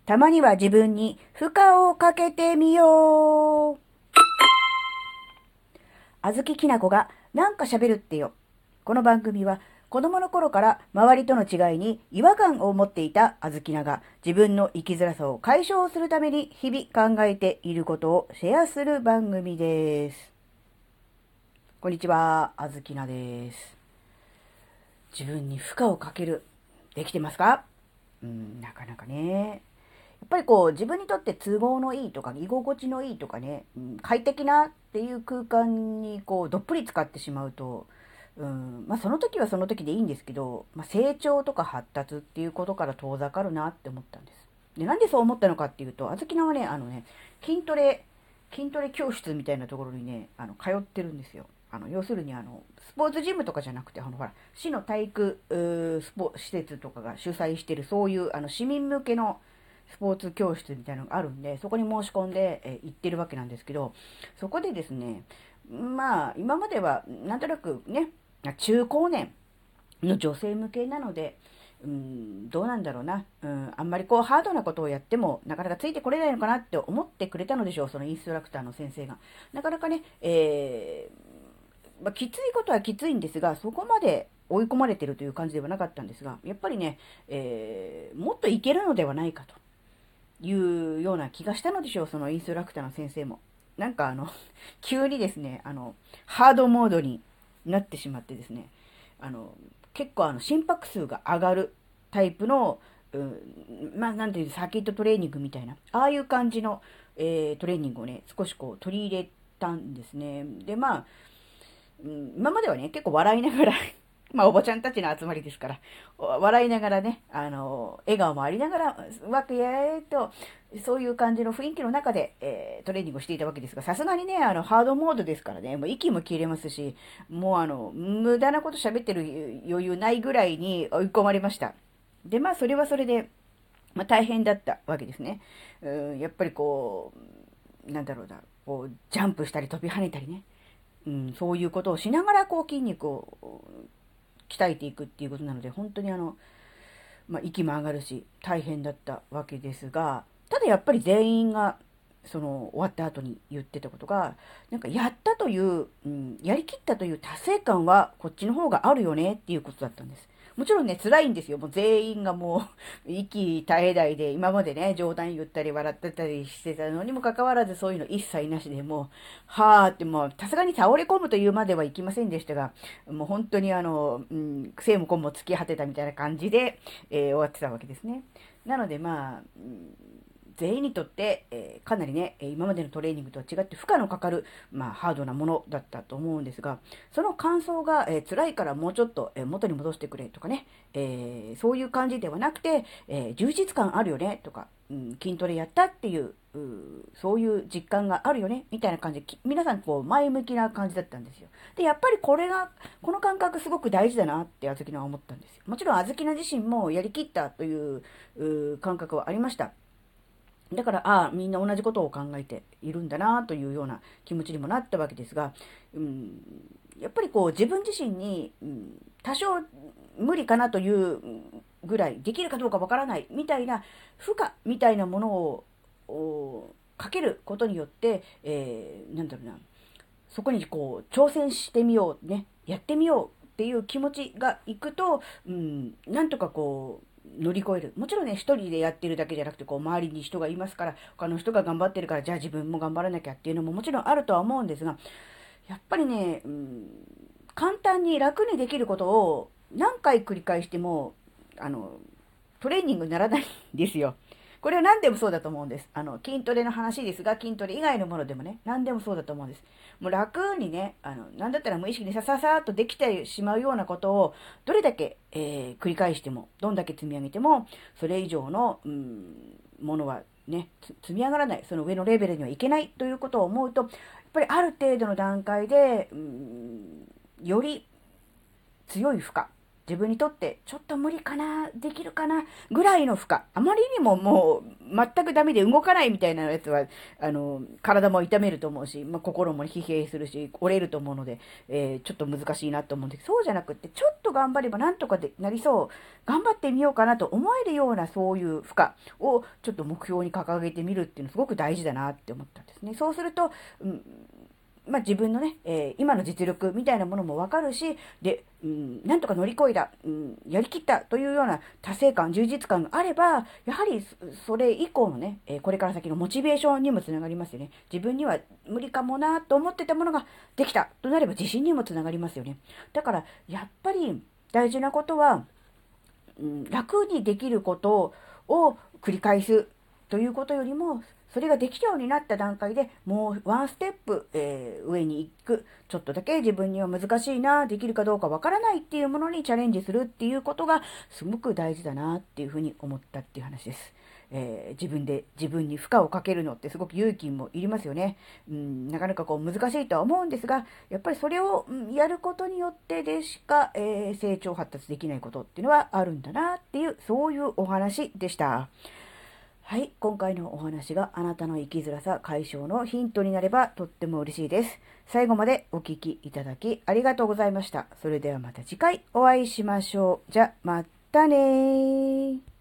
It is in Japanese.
たまには自分に負荷をかけてみよう。あずききなこがなんか喋るってよ。この番組は子供の頃から周りとの違いに違和感を持っていたあずきなが自分の生きづらさを解消するために日々考えていることをシェアする番組です。こんにちは、あずきなです。自分に負荷をかける。できてますか？なかなかね。やっぱり自分にとって都合のいいとか居心地のいいとかね、快適なっていう空間にどっぷり使ってしまうと、その時はその時でいいんですけど、成長とか発達っていうことから遠ざかるなって思ったんです。で、なんでそう思ったのかっていうと、あずきなはね、筋トレ教室みたいなところにね、通ってるんですよ。要するにスポーツジムとかじゃなくて、ほら、市の体育、施設とかが主催してる、そういう、市民向けのスポーツ教室みたいなのがあるんで、そこに申し込んで、行ってるわけなんですけど、そこでですね、今までは、なんとなくね、中高年の女性向けなので、どうなんだろうな。あんまりハードなことをやっても、なかなかついてこれないのかなって思ってくれたのでしょう、そのインストラクターの先生が。なかなかね、きついことはきついんですが、そこまで追い込まれてるという感じではなかったんですが、やっぱりね、もっといけるのではないかというような気がしたのでしょう、そのインストラクターの先生も。なんか急にですね、ハードモードになってしまってですね、あの、結構心拍数が上がるタイプの、なんていうサーキットトレーニングみたいな、ああいう感じの、トレーニングをね、少し取り入れたんですね。で、今まではね、結構笑いながらおばちゃんたちの集まりですから、笑いながらね、笑顔もありながら、わけやーと、そういう感じの雰囲気の中で、トレーニングをしていたわけですが、さすがにね、ハードモードですからね、もう息も切れますし、もう無駄なこと喋ってる余裕ないぐらいに追い込まれました。で、それはそれで、大変だったわけですね。やっぱりなんだろうな、ジャンプしたり飛び跳ねたりね、そういうことをしながら筋肉を鍛えていくっていうことなので、本当に息も上がるし、大変だったわけですが、ただやっぱり全員が、終わった後に言ってたことが、なんかやったという、やりきったという達成感はこっちの方があるよねっていうことだったんです。もちろんね、辛いんですよ。もう全員がもう、息絶え絶えで、今までね、冗談言ったり笑ってたりしてたのにもかかわらず、そういうの一切なしで、もう、はーってもう、さすがに倒れ込むというまではいきませんでしたが、もう本当に癖も根も突き果てたみたいな感じで、終わってたわけですね。なので全員にとって、かなりね、今までのトレーニングとは違って負荷のかかる、ハードなものだったと思うんですが、その感想が、辛いからもうちょっと、元に戻してくれとかね、そういう感じではなくて、充実感あるよねとか、筋トレやったっていう、そういう実感があるよねみたいな感じで、皆さん前向きな感じだったんですよ。で、やっぱりこの感覚すごく大事だなってあずきなは思ったんですよ。もちろんあずきな自身もやりきったという感覚はありました。だから、みんな同じことを考えているんだなというような気持ちにもなったわけですが、やっぱり自分自身に、多少無理かなというぐらいできるかどうかわからないみたいな負荷みたいなものをかけることによって、なんだろうな、そこに挑戦してみようね、やってみようっていう気持ちがいくと、なんとか乗り越える。もちろんね、一人でやってるだけじゃなくて、周りに人がいますから、他の人が頑張ってるから、じゃあ自分も頑張らなきゃっていうのももちろんあるとは思うんですが、やっぱりね、簡単に楽にできることを何回繰り返しても、あの、トレーニングにならないんですよ。これは何でもそうだと思うんです。筋トレの話ですが、筋トレ以外のものでもね、何でもそうだと思うんです。もう楽にね、なんだったら無意識にさささっとできてしまうようなことを、どれだけ、繰り返しても、どんだけ積み上げても、それ以上の、ものはね、積み上がらない、その上のレベルにはいけないということを思うと、やっぱりある程度の段階で、より強い負荷、 自分にとってちょっと無理かな、できるかな、ぐらいの負荷。あまりにももう全くダメで動かないみたいなやつは、体も痛めると思うし、心も疲弊するし、折れると思うので、ちょっと難しいなと思うんですけど、そうじゃなくって、ちょっと頑張ればなんとかでなりそう、頑張ってみようかなと思えるようなそういう負荷をちょっと目標に掲げてみるっていうのすごく大事だなって思ったんですね。そうすると、自分のね、今の実力みたいなものもわかるし、で、なんとか乗り越えた、やりきったというような達成感、充実感があれば、やはりそれ以降のね、これから先のモチベーションにもつながりますよね。自分には無理かもなと思ってたものができたとなれば自信にもつながりますよね。だから、やっぱり大事なことは、楽にできることを繰り返すということよりも、それができるようになった段階でもうワンステップ、上に行く。ちょっとだけ自分には難しいな、できるかどうかわからないっていうものにチャレンジするっていうことがすごく大事だなっていうふうに思ったっていう話です。自分で自分に負荷をかけるのってすごく勇気もいりますよね。なかなかこう難しいとは思うんですが、やっぱりそれをやることによってでしか、成長発達できないことっていうのはあるんだなっていう、そういうお話でした。はい、今回のお話があなたの生きづらさ解消のヒントになればとっても嬉しいです。最後までお聞きいただきありがとうございました。それではまた次回お会いしましょう。じゃ、またねー。